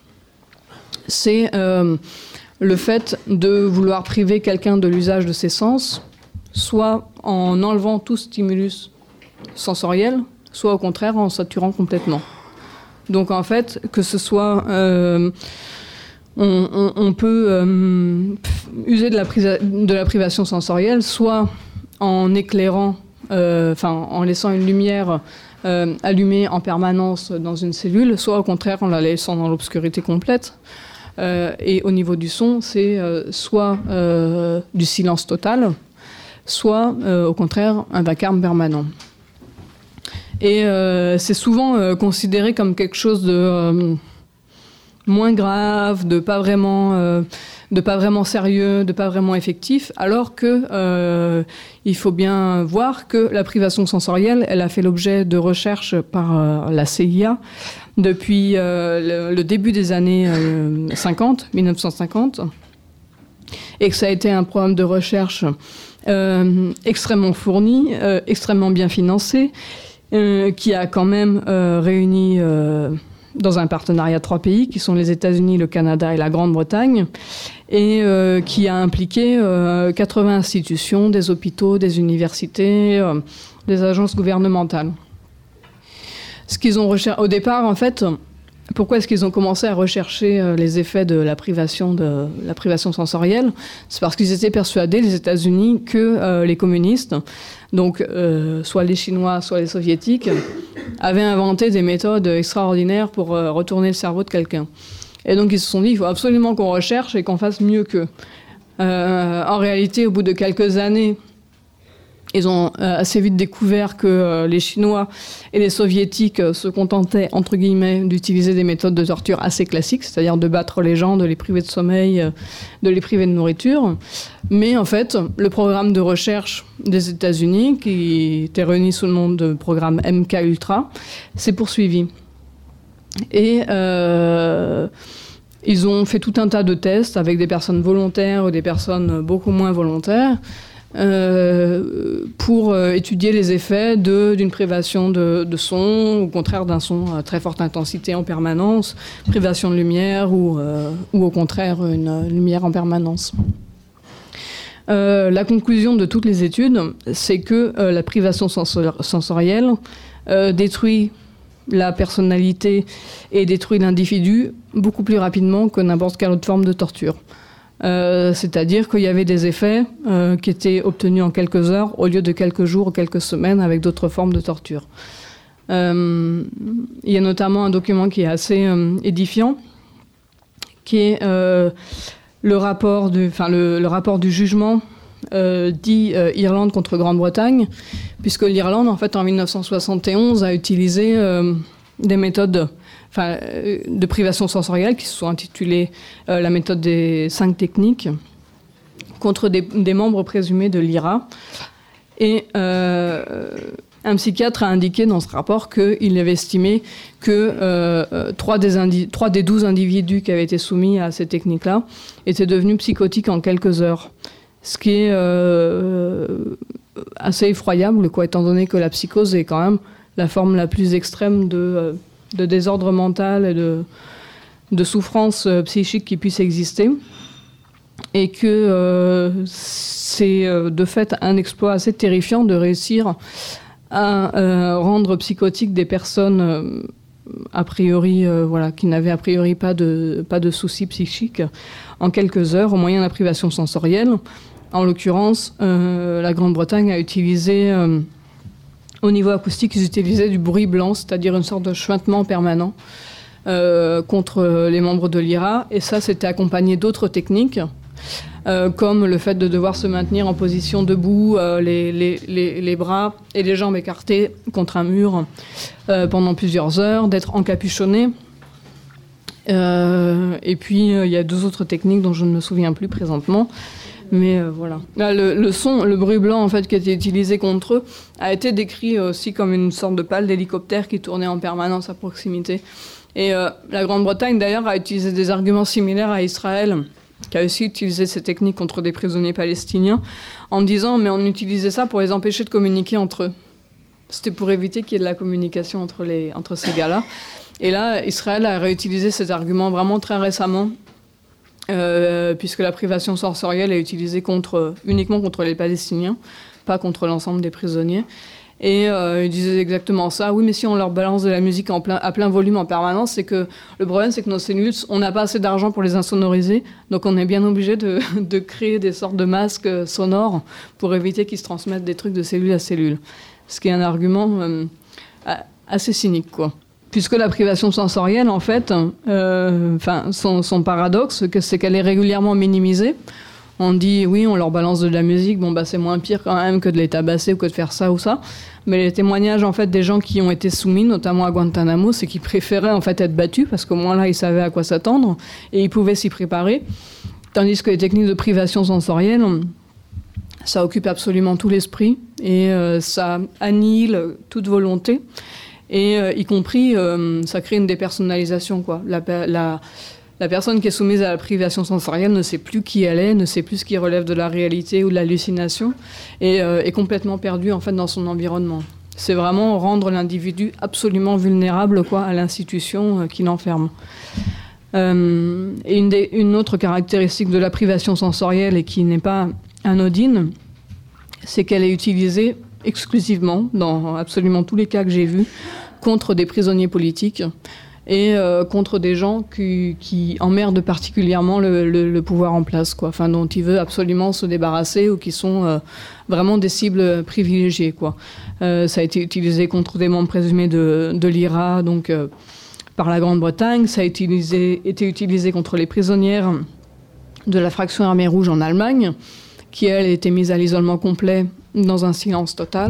c'est euh, le fait de vouloir priver quelqu'un de l'usage de ses sens, soit en enlevant tout stimulus sensoriel, soit au contraire en saturant complètement. Donc en fait, que ce soit... Euh, on, on, on peut euh, user de la, prisa- de la privation sensorielle, soit en éclairant, euh, enfin en laissant une lumière euh, allumée en permanence dans une cellule, soit au contraire en la laissant dans l'obscurité complète. Euh, et au niveau du son, c'est euh, soit euh, du silence total, soit euh, au contraire un vacarme permanent. Et euh, c'est souvent euh, considéré comme quelque chose de euh, moins grave, de pas vraiment, euh, de pas vraiment sérieux, de pas vraiment effectif, alors que euh, il faut bien voir que la privation sensorielle, elle a fait l'objet de recherches par euh, la C I A depuis euh, le, le début des années euh, cinquante, dix-neuf cent cinquante, et que ça a été un programme de recherche euh, extrêmement fourni, euh, extrêmement bien financé, euh, qui a quand même euh, réuni euh, dans un partenariat trois pays, qui sont les États-Unis, le Canada et la Grande-Bretagne, et euh, qui a impliqué euh, quatre-vingts institutions, des hôpitaux, des universités, euh, des agences gouvernementales. Ce qu'ils ont recherché au départ, en fait, pourquoi est-ce qu'ils ont commencé à rechercher euh, les effets de la privation, de la privation sensorielle ? C'est parce qu'ils étaient persuadés, les États-Unis, que euh, les communistes, donc euh, soit les Chinois, soit les Soviétiques, avaient inventé des méthodes extraordinaires pour euh, retourner le cerveau de quelqu'un. Et donc ils se sont dit, il faut absolument qu'on recherche et qu'on fasse mieux qu'eux. Euh, en réalité, au bout de quelques années, ils ont euh, assez vite découvert que euh, les Chinois et les Soviétiques euh, se contentaient, entre guillemets, d'utiliser des méthodes de torture assez classiques, c'est-à-dire de battre les gens, de les priver de sommeil, euh, de les priver de nourriture. Mais en fait, le programme de recherche des États-Unis, qui était réuni sous le nom de programme M K Ultra, s'est poursuivi. Et euh, ils ont fait tout un tas de tests avec des personnes volontaires ou des personnes beaucoup moins volontaires euh, pour euh, étudier les effets de, d'une privation de, de son, au contraire d'un son à très forte intensité en permanence, privation de lumière ou, euh, ou au contraire une lumière en permanence. Euh, la conclusion de toutes les études, c'est que euh, la privation sensor- sensorielle euh, détruit la personnalité et détruit l'individu beaucoup plus rapidement que n'importe quelle autre forme de torture. Euh, c'est-à-dire qu'il y avait des effets euh, qui étaient obtenus en quelques heures au lieu de quelques jours ou quelques semaines avec d'autres formes de torture. Euh, il y a notamment un document qui est assez euh, édifiant, qui est euh, le, rapport du, enfin, le, le rapport du jugement euh, dit euh, Irlande contre Grande-Bretagne, puisque l'Irlande, en fait, en dix-neuf cent soixante et onze, a utilisé euh, des méthodes enfin, euh, de privation sensorielle qui se sont intitulées euh, la méthode des cinq techniques contre des, des membres présumés de l'I R A. Et euh, un psychiatre a indiqué dans ce rapport qu'il avait estimé que euh, trois, des indi- trois des douze individus qui avaient été soumis à ces techniques-là étaient devenus psychotiques en quelques heures. Ce qui est euh, assez effroyable, quoi, étant donné que la psychose est quand même la forme la plus extrême de, de désordre mental et de, de souffrance psychique qui puisse exister. Et que euh, c'est euh, de fait un exploit assez terrifiant de réussir à euh, rendre psychotiques des personnes euh, a priori, euh, voilà, qui n'avaient a priori pas de, pas de soucis psychiques en quelques heures au moyen de la privation sensorielle. En l'occurrence, euh, la Grande-Bretagne a utilisé, euh, au niveau acoustique, ils utilisaient du bruit blanc, c'est-à-dire une sorte de chuintement permanent euh, contre les membres de l'I R A. Et ça, c'était accompagné d'autres techniques, euh, comme le fait de devoir se maintenir en position debout, euh, les, les, les, les bras et les jambes écartés contre un mur euh, pendant plusieurs heures, d'être encapuchonné. Euh, et puis, il euh, y a deux autres techniques dont je ne me souviens plus présentement. Mais euh, voilà. Là, le, le son, le bruit blanc en fait, qui a été utilisé contre eux a été décrit aussi comme une sorte de pale d'hélicoptère qui tournait en permanence à proximité. Et euh, la Grande-Bretagne, d'ailleurs, a utilisé des arguments similaires à Israël, qui a aussi utilisé ces techniques contre des prisonniers palestiniens, en disant « mais on utilisait ça pour les empêcher de communiquer entre eux ». C'était pour éviter qu'il y ait de la communication entre, les, entre ces gars-là. Et là, Israël a réutilisé cet argument vraiment très récemment, Euh, puisque la privation sensorielle est utilisée contre, uniquement contre les Palestiniens, pas contre l'ensemble des prisonniers. Et euh, ils disaient exactement ça. Oui, mais si on leur balance de la musique en plein, à plein volume en permanence, c'est que le problème, c'est que nos cellules, on n'a pas assez d'argent pour les insonoriser, donc on est bien obligé de, de créer des sortes de masques sonores pour éviter qu'ils se transmettent des trucs de cellule à cellule. Ce qui est un argument euh, assez cynique, quoi. Puisque la privation sensorielle, en fait, euh, son, son paradoxe, c'est qu'elle est régulièrement minimisée. On dit, oui, on leur balance de la musique, bon, bah, c'est moins pire quand même que de les tabasser ou que de faire ça ou ça. Mais les témoignages, en fait, des gens qui ont été soumis, notamment à Guantanamo, c'est qu'ils préféraient, en fait, être battus, parce qu'au moins là, ils savaient à quoi s'attendre, et ils pouvaient s'y préparer. Tandis que les techniques de privation sensorielle, ça occupe absolument tout l'esprit, et euh, ça annihile toute volonté. Et euh, y compris, euh, ça crée une dépersonnalisation, quoi. La, la, la personne qui est soumise à la privation sensorielle ne sait plus qui elle est, ne sait plus ce qui relève de la réalité ou de l'hallucination, et euh, est complètement perdue, en fait, dans son environnement. C'est vraiment rendre l'individu absolument vulnérable, quoi, à l'institution euh, qui l'enferme. Euh, et une, des, une autre caractéristique de la privation sensorielle, et qui n'est pas anodine, c'est qu'elle est utilisée exclusivement, dans absolument tous les cas que j'ai vus, contre des prisonniers politiques et euh, contre des gens qui, qui emmerdent particulièrement le, le, le pouvoir en place, quoi. Enfin, dont il veut absolument se débarrasser ou qui sont euh, vraiment des cibles privilégiées, quoi. Euh, ça a été utilisé contre des membres présumés de, de l'I R A, donc euh, par la Grande-Bretagne. Ça a utilisé, été utilisé contre les prisonnières de la fraction armée rouge en Allemagne, qui, elle, était mise à l'isolement complet dans un silence total.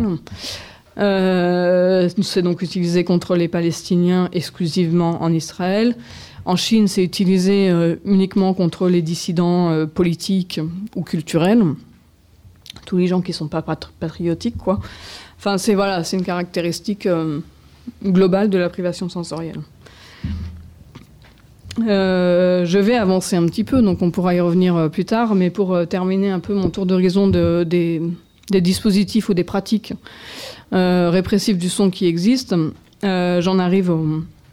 Euh, c'est donc utilisé contre les Palestiniens exclusivement en Israël. En Chine, c'est utilisé euh, uniquement contre les dissidents euh, politiques ou culturels. Tous les gens qui ne sont pas pat- patriotiques, quoi. Enfin, c'est, voilà, c'est une caractéristique euh, globale de la privation sensorielle. Euh, je vais avancer un petit peu, donc on pourra y revenir euh, plus tard, mais pour euh, terminer un peu mon tour d'horizon de, des, des dispositifs ou des pratiques euh, répressives du son qui existent, euh, j'en arrive au,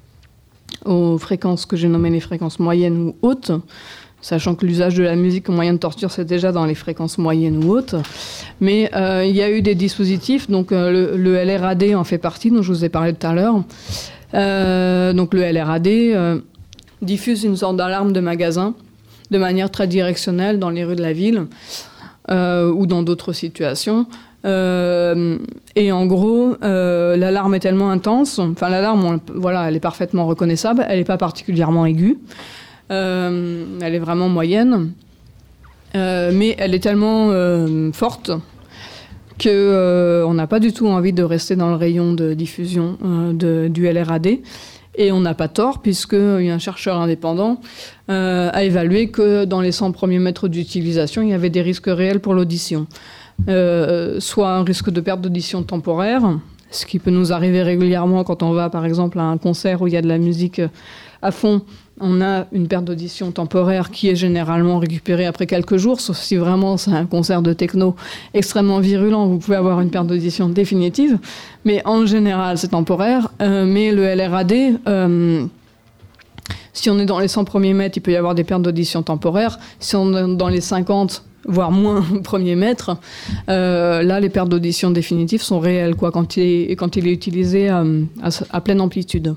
aux fréquences que j'ai nommées les fréquences moyennes ou hautes, sachant que l'usage de la musique comme moyen de torture, c'est déjà dans les fréquences moyennes ou hautes. Mais euh, il y a eu des dispositifs, donc euh, le, le L R A D en fait partie, dont je vous ai parlé tout à l'heure. Euh, donc le L R A D euh, diffuse une sorte d'alarme de magasin de manière très directionnelle dans les rues de la ville euh, ou dans d'autres situations. Euh, et en gros, euh, l'alarme est tellement intense, enfin l'alarme, on, voilà, elle est parfaitement reconnaissable, elle n'est pas particulièrement aiguë, euh, elle est vraiment moyenne, euh, mais elle est tellement euh, forte qu'on euh, n'a pas du tout envie de rester dans le rayon de diffusion euh, de, du L R A D. Et on n'a pas tort, puisqu'un chercheur indépendant euh, a évalué que dans les cent premiers mètres d'utilisation, il y avait des risques réels pour l'audition. Euh, soit un risque de perte d'audition temporaire, ce qui peut nous arriver régulièrement quand on va, par exemple, à un concert où il y a de la musique à fond. On a une perte d'audition temporaire qui est généralement récupérée après quelques jours, sauf si vraiment c'est un concert de techno extrêmement virulent, vous pouvez avoir une perte d'audition définitive. Mais en général, c'est temporaire. Euh, mais le L R A D, euh, si on est dans les cent premiers mètres, il peut y avoir des pertes d'audition temporaires. Si on est dans les cinquante, voire moins premiers mètres, euh, là, les pertes d'audition définitives sont réelles, quoi, quand il est, quand il est utilisé à, à, à pleine amplitude.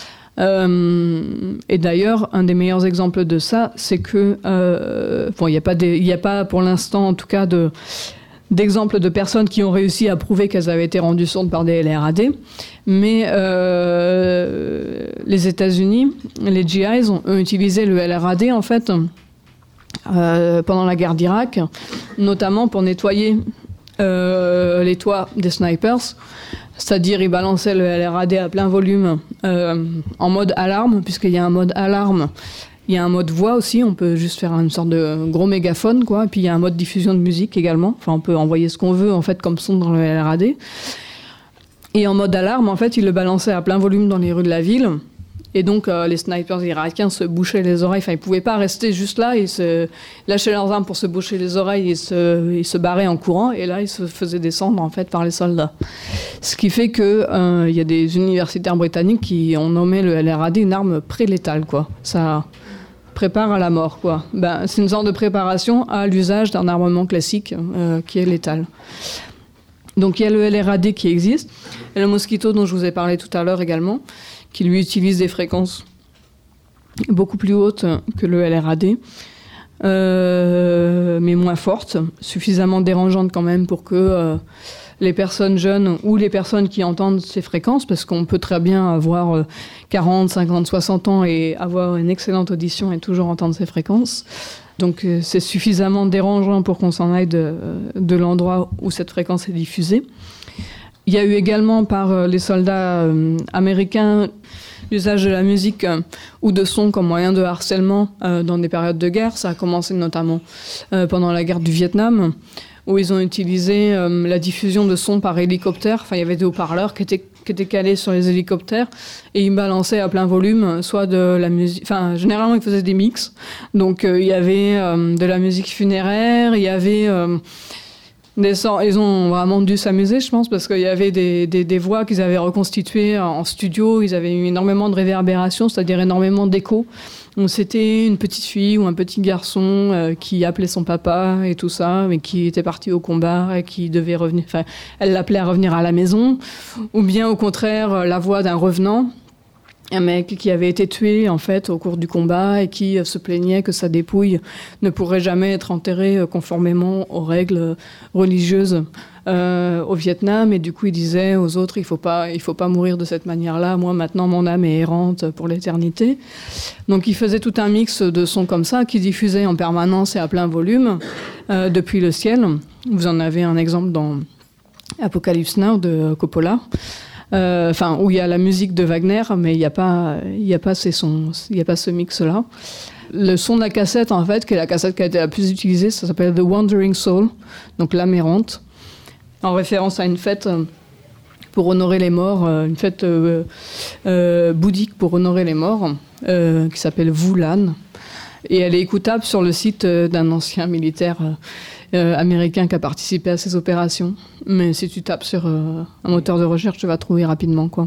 Euh, et d'ailleurs, un des meilleurs exemples de ça, c'est que euh, bon, il n'y a pas des, il n'y a pas pour l'instant, en tout cas, de d'exemples de personnes qui ont réussi à prouver qu'elles avaient été rendues sourdes par des L R A D, mais euh, les États-Unis, les G Is ont, ont utilisé le L R A D en fait euh, pendant la guerre d'Irak, notamment pour nettoyer euh, les toits des snipers. C'est-à-dire, ils balançaient le L R A D à plein volume euh, en mode alarme, puisqu'il y a un mode alarme, il y a un mode voix aussi, on peut juste faire une sorte de gros mégaphone, quoi. Et puis il y a un mode diffusion de musique également, enfin on peut envoyer ce qu'on veut en fait comme son dans le L R A D. Et en mode alarme, en fait, ils le balançaient à plein volume dans les rues de la ville. Et donc, euh, les snipers irakiens se bouchaient les oreilles. Enfin, ils ne pouvaient pas rester juste là. Ils se lâchaient leurs armes pour se boucher les oreilles et se, ils se barraient en courant. Et là, ils se faisaient descendre, en fait, par les soldats. Ce qui fait qu'il euh, y a des universitaires britanniques qui ont nommé le L R A D une arme prélétale, quoi. Ça prépare à la mort, quoi. Ben, c'est une sorte de préparation à l'usage d'un armement classique euh, qui est létal. Donc, il y a le L R A D qui existe. Et le Mosquito, dont je vous ai parlé tout à l'heure également, qui lui utilise des fréquences beaucoup plus hautes que le L R A D, euh, mais moins fortes, suffisamment dérangeantes quand même pour que euh, les personnes jeunes ou les personnes qui entendent ces fréquences, parce qu'on peut très bien avoir euh, quarante, cinquante, soixante ans et avoir une excellente audition et toujours entendre ces fréquences. Donc euh, c'est suffisamment dérangeant pour qu'on s'en aille de, de l'endroit où cette fréquence est diffusée. Il y a eu également par euh, les soldats euh, américains l'usage de la musique euh, ou de son comme moyen de harcèlement euh, dans des périodes de guerre. Ça a commencé notamment euh, pendant la guerre du Vietnam, où ils ont utilisé euh, la diffusion de sons par hélicoptère. Enfin, il y avait des haut-parleurs qui étaient, qui étaient calés sur les hélicoptères et ils balançaient à plein volume soit de la musique... Enfin, généralement, ils faisaient des mix. Donc, euh, il y avait euh, de la musique funéraire, il y avait... Euh, Des sorts, ils ont vraiment dû s'amuser, je pense, parce qu'il y avait des, des, des voix qu'ils avaient reconstituées en studio. Ils avaient eu énormément de réverbération, c'est-à-dire énormément d'écho. Donc c'était une petite fille ou un petit garçon euh, qui appelait son papa et tout ça, mais qui était parti au combat et qui devait revenir. Enfin, elle l'appelait à revenir à la maison, ou bien au contraire la voix d'un revenant. Un mec qui avait été tué en fait au cours du combat et qui se plaignait que sa dépouille ne pourrait jamais être enterrée conformément aux règles religieuses euh, au Vietnam, et du coup il disait aux autres il faut pas il faut pas mourir de cette manière-là, moi maintenant mon âme est errante pour l'éternité. Donc il faisait tout un mix de sons comme ça qui diffusait en permanence et à plein volume euh, depuis le ciel. Vous en avez un exemple dans Apocalypse Now de Coppola. Enfin, euh, où il y a la musique de Wagner, mais il n'y a pas, il y a pas ces sons, il y a pas ce mix-là. Le son de la cassette, en fait, qui est la cassette qui a été la plus utilisée, ça s'appelle The Wandering Soul, donc l'âme errante, en référence à une fête pour honorer les morts, euh, une fête euh, euh, bouddhique pour honorer les morts, euh, qui s'appelle Vulan. Et elle est écoutable sur le site euh, d'un ancien militaire euh, euh, américain qui a participé à ces opérations. Mais si tu tapes sur euh, un moteur de recherche, tu vas trouver rapidement, quoi.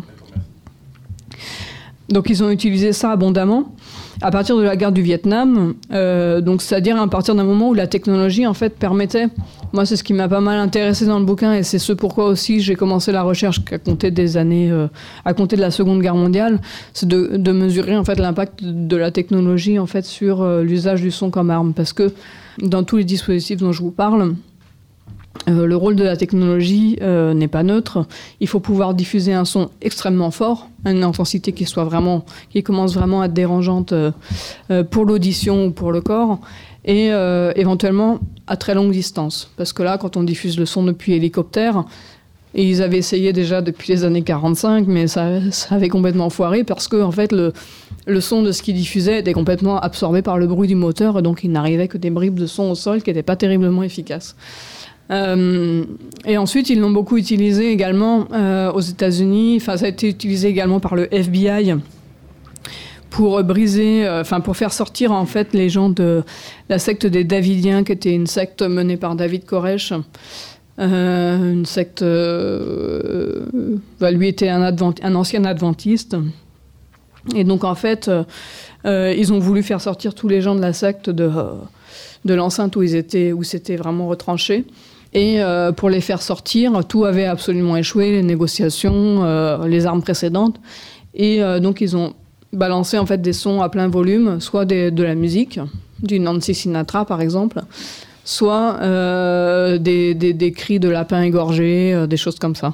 Donc ils ont utilisé ça abondamment à partir de la guerre du Vietnam, euh, donc c'est-à-dire à partir d'un moment où la technologie en fait permettait, moi c'est ce qui m'a pas mal intéressé dans le bouquin et c'est ce pourquoi aussi j'ai commencé la recherche à compter des années, euh, à compter de la Seconde Guerre mondiale, c'est de, de mesurer en fait l'impact de la technologie en fait sur euh, l'usage du son comme arme, parce que dans tous les dispositifs dont je vous parle, Euh, le rôle de la technologie euh, n'est pas neutre. Il faut pouvoir diffuser un son extrêmement fort, à une intensité qui soit vraiment, qui commence vraiment à être dérangeante euh, euh, pour l'audition ou pour le corps, et euh, éventuellement à très longue distance. Parce que là, quand on diffuse le son depuis hélicoptère, et ils avaient essayé déjà depuis les années quarante-cinq, mais ça, ça avait complètement foiré parce que en fait le le son de ce qu'ils diffusaient était complètement absorbé par le bruit du moteur, et donc il n'arrivait que des bribes de son au sol qui n'étaient pas terriblement efficaces. Euh, et ensuite, ils l'ont beaucoup utilisé également euh, aux États-Unis. Enfin, ça a été utilisé également par le F B I pour briser, enfin euh, pour faire sortir en fait les gens de la secte des Davidiens, qui était une secte menée par David Koresh. Euh, une secte, euh, bah, lui était un, advent, un ancien adventiste. Et donc en fait, euh, ils ont voulu faire sortir tous les gens de la secte de, de l'enceinte où ils étaient, où c'était vraiment retranché. Et euh, pour les faire sortir, tout avait absolument échoué, les négociations, euh, les armes précédentes. Et euh, donc ils ont balancé en fait des sons à plein volume, soit des, de la musique, du Nancy Sinatra par exemple, soit euh, des, des, des cris de lapins égorgés, euh, des choses comme ça.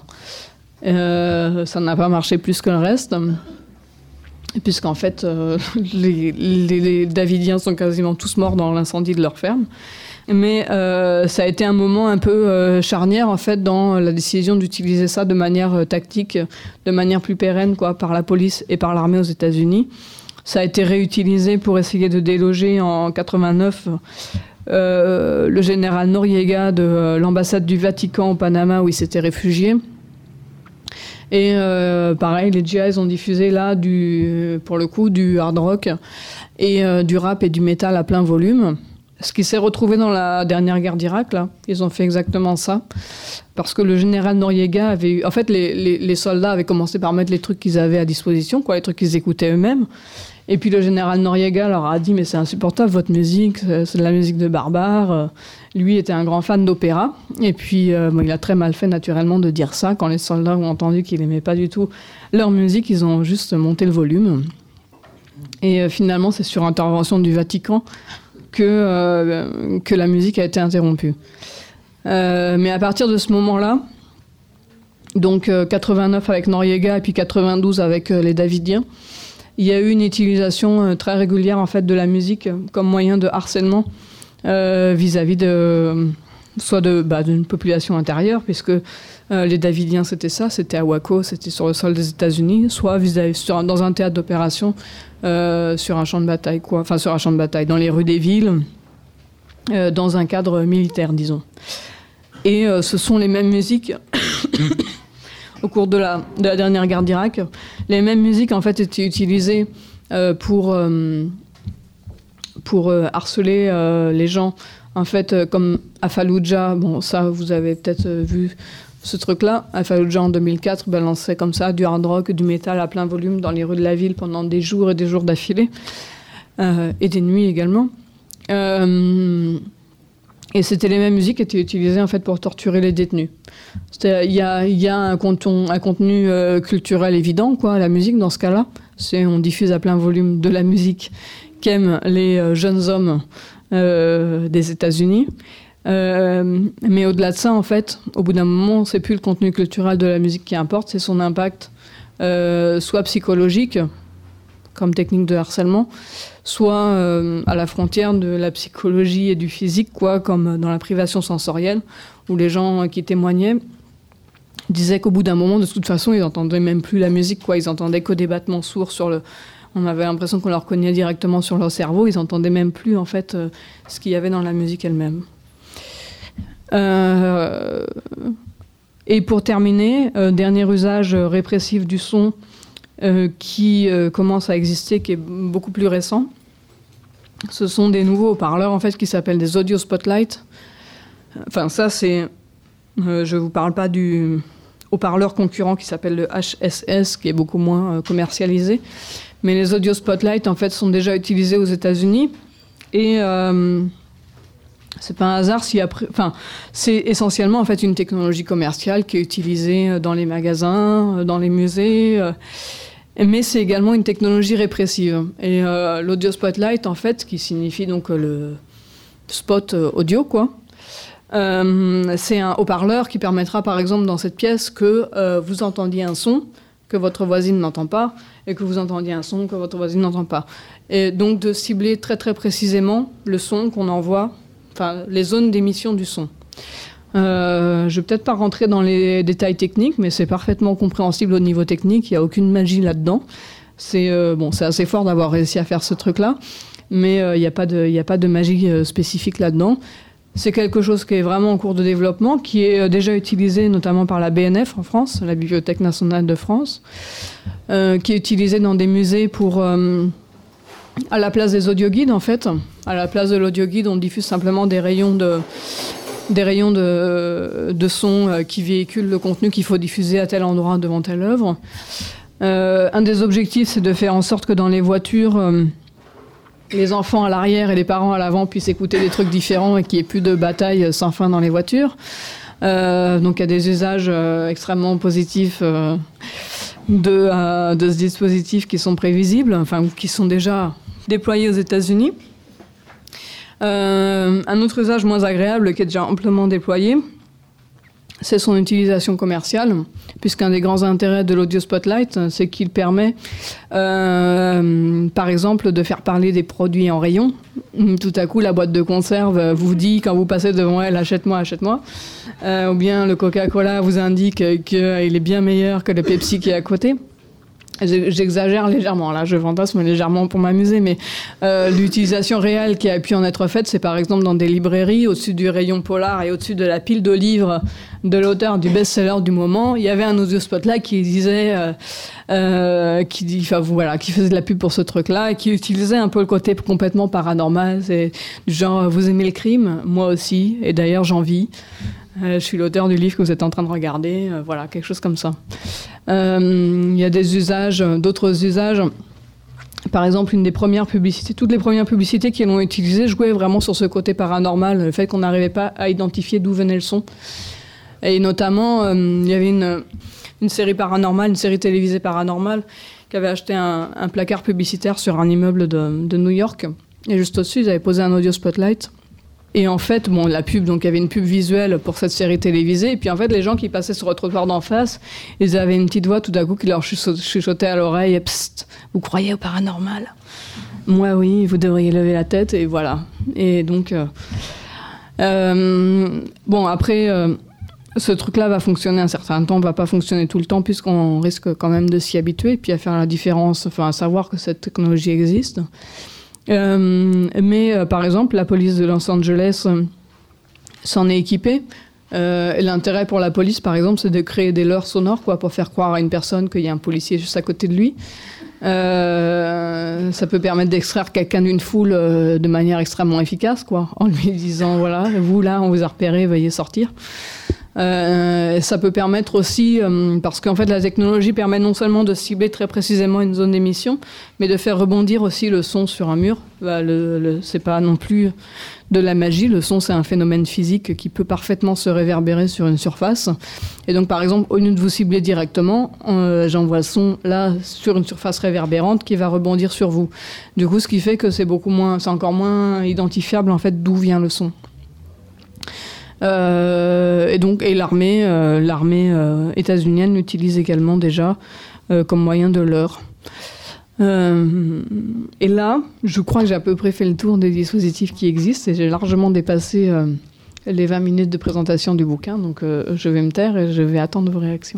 Euh, ça n'a pas marché plus que le reste, puisqu'en fait, euh, les, les, les Davidiens sont quasiment tous morts dans l'incendie de leur ferme. Mais euh, ça a été un moment un peu euh, charnière, en fait, dans la décision d'utiliser ça de manière euh, tactique, de manière plus pérenne, quoi, par la police et par l'armée aux États-Unis. Ça a été réutilisé pour essayer de déloger en quatre-vingt-neuf euh, le général Noriega de euh, l'ambassade du Vatican au Panama, où il s'était réfugié. Et euh, pareil, les G Is ont diffusé là, du, pour le coup, du hard rock et euh, du rap et du métal à plein volume. Ce qui s'est retrouvé dans la dernière guerre d'Irak, là, ils ont fait exactement ça. Parce que le général Noriega avait eu... En fait, les, les, les soldats avaient commencé par mettre les trucs qu'ils avaient à disposition, quoi, les trucs qu'ils écoutaient eux-mêmes. Et puis le général Noriega leur a dit « Mais c'est insupportable, votre musique, c'est de la musique de barbares. » Lui était un grand fan d'opéra. Et puis, euh, bon, il a très mal fait, naturellement, de dire ça. Quand les soldats ont entendu qu'il n'aimait pas du tout leur musique, ils ont juste monté le volume. Et euh, finalement, c'est sur intervention du Vatican que, euh, que la musique a été interrompue. Euh, mais à partir de ce moment-là, donc euh, quatre-vingt-neuf avec Noriega et puis quatre-vingt-douze avec euh, les Davidiens, il y a eu une utilisation euh, très régulière en fait, de la musique euh, comme moyen de harcèlement euh, vis-à-vis de, soit de, bah, d'une population intérieure, puisque euh, les Davidiens c'était ça, c'était à Waco, c'était sur le sol des États-Unis, soit vis-à-vis, sur, dans un théâtre d'opération, euh, sur un champ de bataille, quoi. Enfin sur un champ de bataille, dans les rues des villes, euh, dans un cadre militaire, disons. Et euh, ce sont les mêmes musiques au cours de la, de la dernière guerre d'Irak. Les mêmes musiques, en fait, étaient utilisées euh, pour, euh, pour euh, harceler euh, les gens. En fait, euh, comme à Fallujah, bon, ça, vous avez peut-être euh, vu ce truc-là. À Fallujah, en deux mille quatre, balançait comme ça du hard rock, du métal à plein volume dans les rues de la ville pendant des jours et des jours d'affilée. Euh, et des nuits également. Euh... Et c'était les mêmes musiques qui étaient utilisées en fait pour torturer les détenus. Il y a, y a un, contenu, un contenu euh, culturel évident, quoi, la musique dans ce cas-là. C'est, on diffuse à plein volume de la musique qu'aiment les euh, jeunes hommes euh, des États-Unis. Euh, mais au-delà de ça, en fait, au bout d'un moment, c'est plus le contenu culturel de la musique qui importe, c'est son impact, euh, soit psychologique, comme technique de harcèlement, soit euh, à la frontière de la psychologie et du physique, quoi, comme dans la privation sensorielle, où les gens qui témoignaient disaient qu'au bout d'un moment, de toute façon, ils n'entendaient même plus la musique, quoi. Ils entendaient que des battements sourds sur le... On avait l'impression qu'on leur cognait directement sur leur cerveau. Ils n'entendaient même plus, en fait, euh, ce qu'il y avait dans la musique elle-même. Euh... Et pour terminer, euh, dernier usage répressif du son euh, qui euh, commence à exister, qui est beaucoup plus récent. Ce sont des nouveaux haut-parleurs en fait, qui s'appellent des Audio Spotlight. Enfin, ça, c'est... Euh, je ne vous parle pas du haut-parleur concurrent qui s'appelle le H S S, qui est beaucoup moins euh, commercialisé. Mais les Audio Spotlight, en fait, sont déjà utilisés aux États-Unis. Et euh, c'est pas un hasard si après... Enfin, c'est essentiellement, en fait, une technologie commerciale qui est utilisée dans les magasins, dans les musées... Euh, mais c'est également une technologie répressive. Et euh, l'audio spotlight, en fait, qui signifie donc le spot audio, quoi, euh, c'est un haut-parleur qui permettra, par exemple, dans cette pièce, que euh, vous entendiez un son que votre voisine n'entend pas et que vous entendiez un son que votre voisine n'entend pas. Et donc de cibler très très précisément le son qu'on envoie, enfin les zones d'émission du son. Euh, je ne vais peut-être pas rentrer dans les détails techniques, mais c'est parfaitement compréhensible au niveau technique. Il n'y a aucune magie là-dedans. C'est, euh, bon, c'est assez fort d'avoir réussi à faire ce truc-là, mais euh, il n'y a pas de, il n'y a pas de magie euh, spécifique là-dedans. C'est quelque chose qui est vraiment en cours de développement, qui est euh, déjà utilisé notamment par la B N F en France, la Bibliothèque nationale de France, euh, qui est utilisé dans des musées pour... Euh, à la place des audioguides, en fait. À la place de l'audioguide, on diffuse simplement des rayons de... des rayons de, de son euh, qui véhiculent le contenu qu'il faut diffuser à tel endroit devant telle œuvre. Euh, un des objectifs, c'est de faire en sorte que dans les voitures, euh, les enfants à l'arrière et les parents à l'avant puissent écouter des trucs différents et qu'il n'y ait plus de bataille sans fin dans les voitures. Euh, donc il y a des usages euh, extrêmement positifs euh, de, euh, de ce dispositif qui sont prévisibles, enfin qui sont déjà déployés aux États-Unis. Euh, un autre usage moins agréable qui est déjà amplement déployé, c'est son utilisation commerciale, puisqu'un des grands intérêts de l'audio spotlight, c'est qu'il permet, euh, par exemple, de faire parler des produits en rayon. Tout à coup, la boîte de conserve vous dit, quand vous passez devant elle, achète-moi, achète-moi. Euh, ou bien le Coca-Cola vous indique qu'il est bien meilleur que le Pepsi qui est à côté. J'exagère légèrement, là, je fantasme légèrement pour m'amuser, mais euh, l'utilisation réelle qui a pu en être faite, c'est par exemple dans des librairies, au-dessus du rayon polar et au-dessus de la pile de livres de l'auteur du best-seller du moment, il y avait un audio spot là qui disait, euh, euh, qui, dit, enfin, voilà, qui faisait de la pub pour ce truc-là et qui utilisait un peu le côté complètement paranormal, c'est du genre, vous aimez le crime ? Moi aussi, et d'ailleurs j'en vis. Euh, je suis l'auteur du livre que vous êtes en train de regarder, euh, voilà, quelque chose comme ça. Il euh, y a des usages, d'autres usages. Par exemple, une des premières publicités, toutes les premières publicités qui l'ont utilisé jouaient vraiment sur ce côté paranormal, le fait qu'on n'arrivait pas à identifier d'où venait le son. Et notamment, il euh, y avait une, une série paranormale, une série télévisée paranormale, qui avait acheté un, un placard publicitaire sur un immeuble de, de New York. Et juste au-dessus, ils avaient posé un audio spotlight. Et en fait, bon, la pub, donc il y avait une pub visuelle pour cette série télévisée. Et puis en fait, les gens qui passaient sur le trottoir d'en face, ils avaient une petite voix tout d'un coup qui leur chuchotait à l'oreille. Psst, vous croyez au paranormal ? Moi, oui, vous devriez lever la tête. Et voilà. Et donc, euh, euh, bon, après, euh, ce truc-là va fonctionner un certain temps, va pas fonctionner tout le temps, puisqu'on risque quand même de s'y habituer, puis à faire la différence, enfin, à savoir que cette technologie existe. Euh, mais euh, par exemple, la police de Los Angeles euh, s'en est équipée. Euh, et l'intérêt pour la police, par exemple, c'est de créer des leurres sonores, quoi, pour faire croire à une personne qu'il y a un policier juste à côté de lui. Euh, ça peut permettre d'extraire quelqu'un d'une foule euh, de manière extrêmement efficace, quoi, en lui disant voilà, vous là, on vous a repéré, veuillez sortir. Euh, ça peut permettre aussi, euh, parce qu'en fait la technologie permet non seulement de cibler très précisément une zone d'émission, mais de faire rebondir aussi le son sur un mur. Bah, le, le, c'est pas non plus de la magie, le son c'est un phénomène physique qui peut parfaitement se réverbérer sur une surface. Et donc par exemple, au lieu de vous cibler directement, euh, j'envoie le son là sur une surface réverbérante qui va rebondir sur vous. Du coup, ce qui fait que c'est beaucoup moins, c'est encore moins identifiable en fait d'où vient le son. Euh, et donc, et l'armée, euh, l'armée euh, états-unienne l'utilise également déjà euh, comme moyen de leurre. Euh, et là, je crois que j'ai à peu près fait le tour des dispositifs qui existent et j'ai largement dépassé euh, les vingt minutes de présentation du bouquin, donc euh, je vais me taire et je vais attendre vos réactions.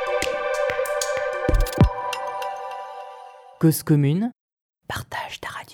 Cause commune, partage ta radio.